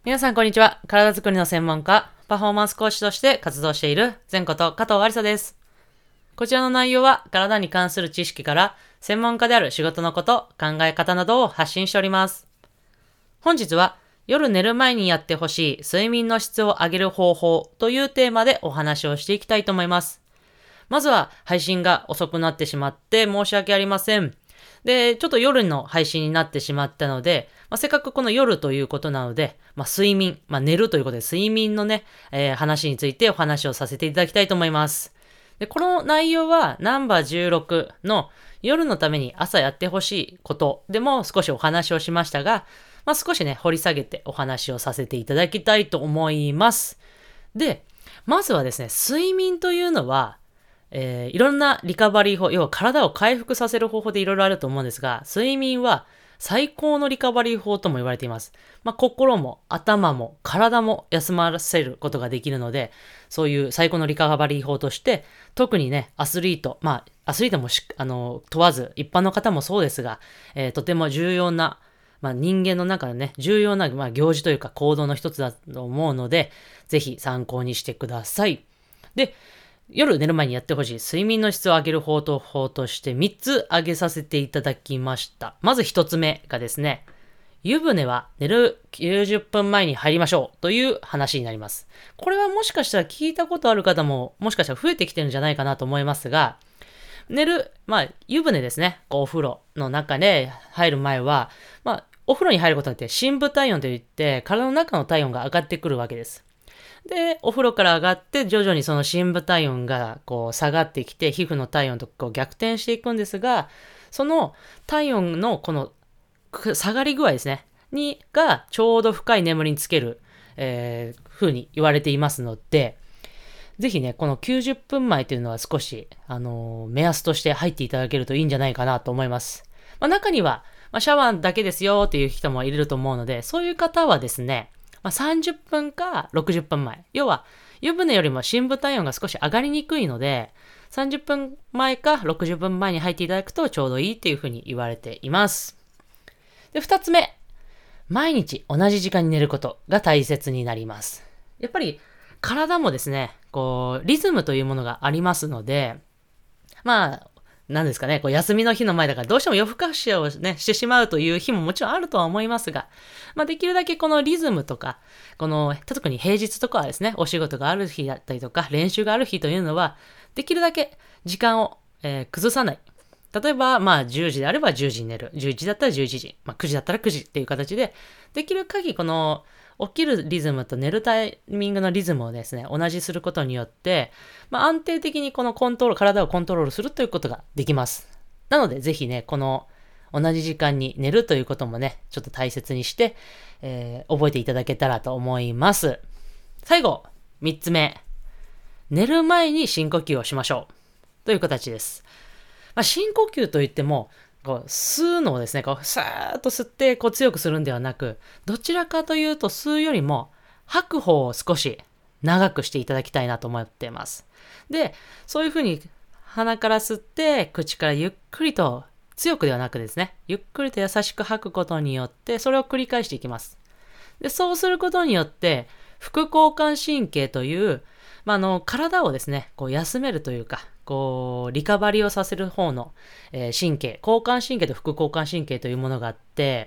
皆さんこんにちは。体づくりの専門家、パフォーマンス講師として活動している前こと加藤ありさです。こちらの内容は体に関する知識から専門家である仕事のこと、考え方などを発信しております。本日は夜寝る前にやってほしい睡眠の質を上げる方法というテーマでお話をしていきたいと思います。まずは配信が遅くなってしまって申し訳ありません。で、ちょっと夜の配信になってしまったので、せっかくこの夜ということなので、睡眠、寝るということで睡眠のね、話についてお話をさせていただきたいと思います。で、この内容はナンバー16の夜のために朝やってほしいことでも少しお話をしましたが、少しね、掘り下げてお話をさせていただきたいと思います。で、まずはですね、睡眠というのは、いろんなリカバリー法、要は体を回復させる方法でいろいろあると思うんですが、睡眠は最高のリカバリー法とも言われています。心も頭も体も休ませることができるので、そういう最高のリカバリー法として、特にね、アスリートも問わず、一般の方もそうですが、とても重要な、人間の中でね、重要な、行事というか行動の一つだと思うので、ぜひ参考にしてください。で、夜寝る前にやってほしい睡眠の質を上げる方法として3つ挙げさせていただきました。まず1つ目がですね、湯船は寝る90分前に入りましょうという話になります。これはもしかしたら聞いたことある方ももしかしたら増えてきてるんじゃないかなと思いますが、湯船ですね。お風呂の中で入る前は、お風呂に入ることによって深部体温といって体の中の体温が上がってくるわけです。で、お風呂から上がって徐々にその深部体温が下がってきて皮膚の体温と逆転していくんですが、その体温のこの下がり具合ですね、がちょうど深い眠りにつける、風に言われていますので、ぜひね、この90分前というのは少し、目安として入っていただけるといいんじゃないかなと思います。中には、シャワーだけですよっていう人もいると思うので、そういう方はですね、30分か60分前。要は、湯船よりも深部体温が少し上がりにくいので、30分前か60分前に入っていただくとちょうどいいっていうふうに言われています。で、2つ目。毎日同じ時間に寝ることが大切になります。やっぱり、体もですね、リズムというものがありますので、何ですかね、休みの日の前だからどうしても夜更かしをね、してしまうという日ももちろんあるとは思いますが、できるだけこのリズムとか、特に平日とかはですね、お仕事がある日だったりとか、練習がある日というのは、できるだけ時間を、崩さない。例えば、10時であれば10時に寝る。11時だったら11時。9時だったら9時っていう形で、できる限り起きるリズムと寝るタイミングのリズムをですね、同じすることによって、安定的に体をコントロールするということができます。なので、ぜひね、この同じ時間に寝るということもね、ちょっと大切にして、覚えていただけたらと思います。最後、3つ目。寝る前に深呼吸をしましょう。という形です。深呼吸といっても、吸うのをですね、さーっと吸って強くするんではなく、どちらかというと吸うよりも吐く方を少し長くしていただきたいなと思っています。で、そういう風に鼻から吸って口からゆっくりと強くではなくですね、ゆっくりと優しく吐くことによってそれを繰り返していきます。で、そうすることによって副交感神経という、体をですね、休めるというか、リカバリーをさせる方の、神経、交感神経と副交感神経というものがあって、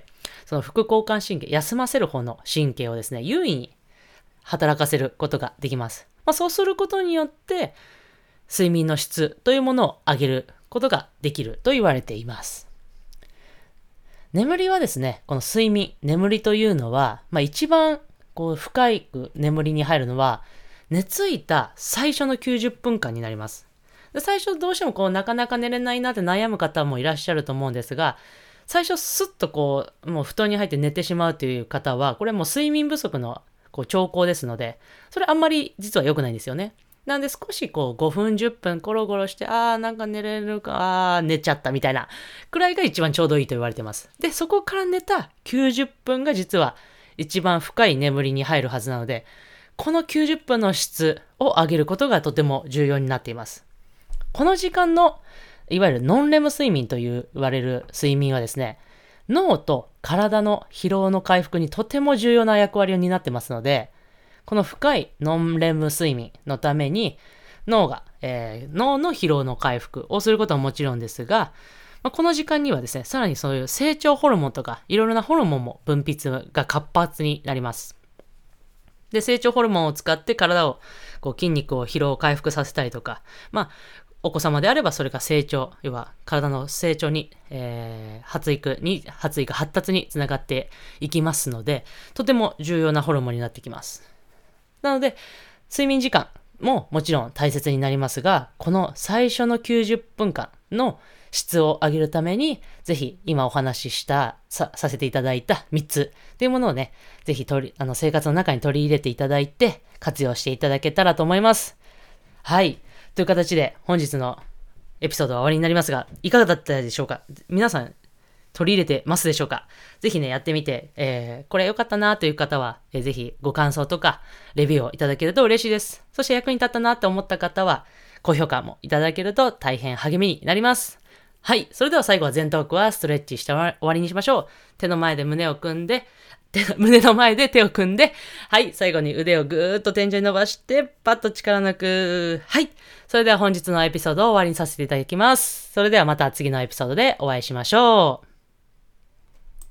その副交感神経、休ませる方の神経をですね、優位に働かせることができます。そうすることによって、睡眠の質というものを上げることができると言われています。眠りはですね、この睡眠、眠りというのは、一番深い眠りに入るのは、寝ついた最初の90分間になります。で、最初どうしてもなかなか寝れないなって悩む方もいらっしゃると思うんですが、最初スッともう布団に入って寝てしまうという方は、これもう睡眠不足の兆候ですので、それあんまり実は良くないんですよね。なんで少し5分10分コロゴロして、なんか寝れるか、寝ちゃったみたいなくらいが一番ちょうどいいと言われてます。で、そこから寝た90分が実は一番深い眠りに入るはずなので、この90分の質を上げることがとても重要になっています。この時間のいわゆるノンレム睡眠と言われる睡眠はですね、 脳と体の疲労の回復にとても重要な役割を担ってますので、この深いノンレム睡眠のために脳の疲労の回復をすることはもちろんですが、この時間にはですね、さらにそういう成長ホルモンとかいろいろなホルモンも分泌が活発になります。で、成長ホルモンを使って体を筋肉を疲労を回復させたりとか、お子様であればそれが成長、要は体の成長に、発育、発達につながっていきますので、とても重要なホルモンになってきます。なので、睡眠時間ももちろん大切になりますが、この最初の90分間の質を上げるために、ぜひ今お話しさせていただいた3つっていうものをね、ぜひ生活の中に取り入れていただいて、活用していただけたらと思います。はい。という形で本日のエピソードは終わりになりますが、いかがだったでしょうか？皆さん取り入れてますでしょうか？ぜひね、やってみて、これ良かったなという方は、ぜひご感想とかレビューをいただけると嬉しいです。そして役に立ったなと思った方は、高評価もいただけると大変励みになります。はい。それでは最後は前トークはストレッチして終わりにしましょう。手の前で胸の前で手を組んで、はい。最後に腕をぐーっと天井に伸ばして、パッと力抜く。はい。それでは本日のエピソードを終わりにさせていただきます。それではまた次のエピソードでお会いしましょう。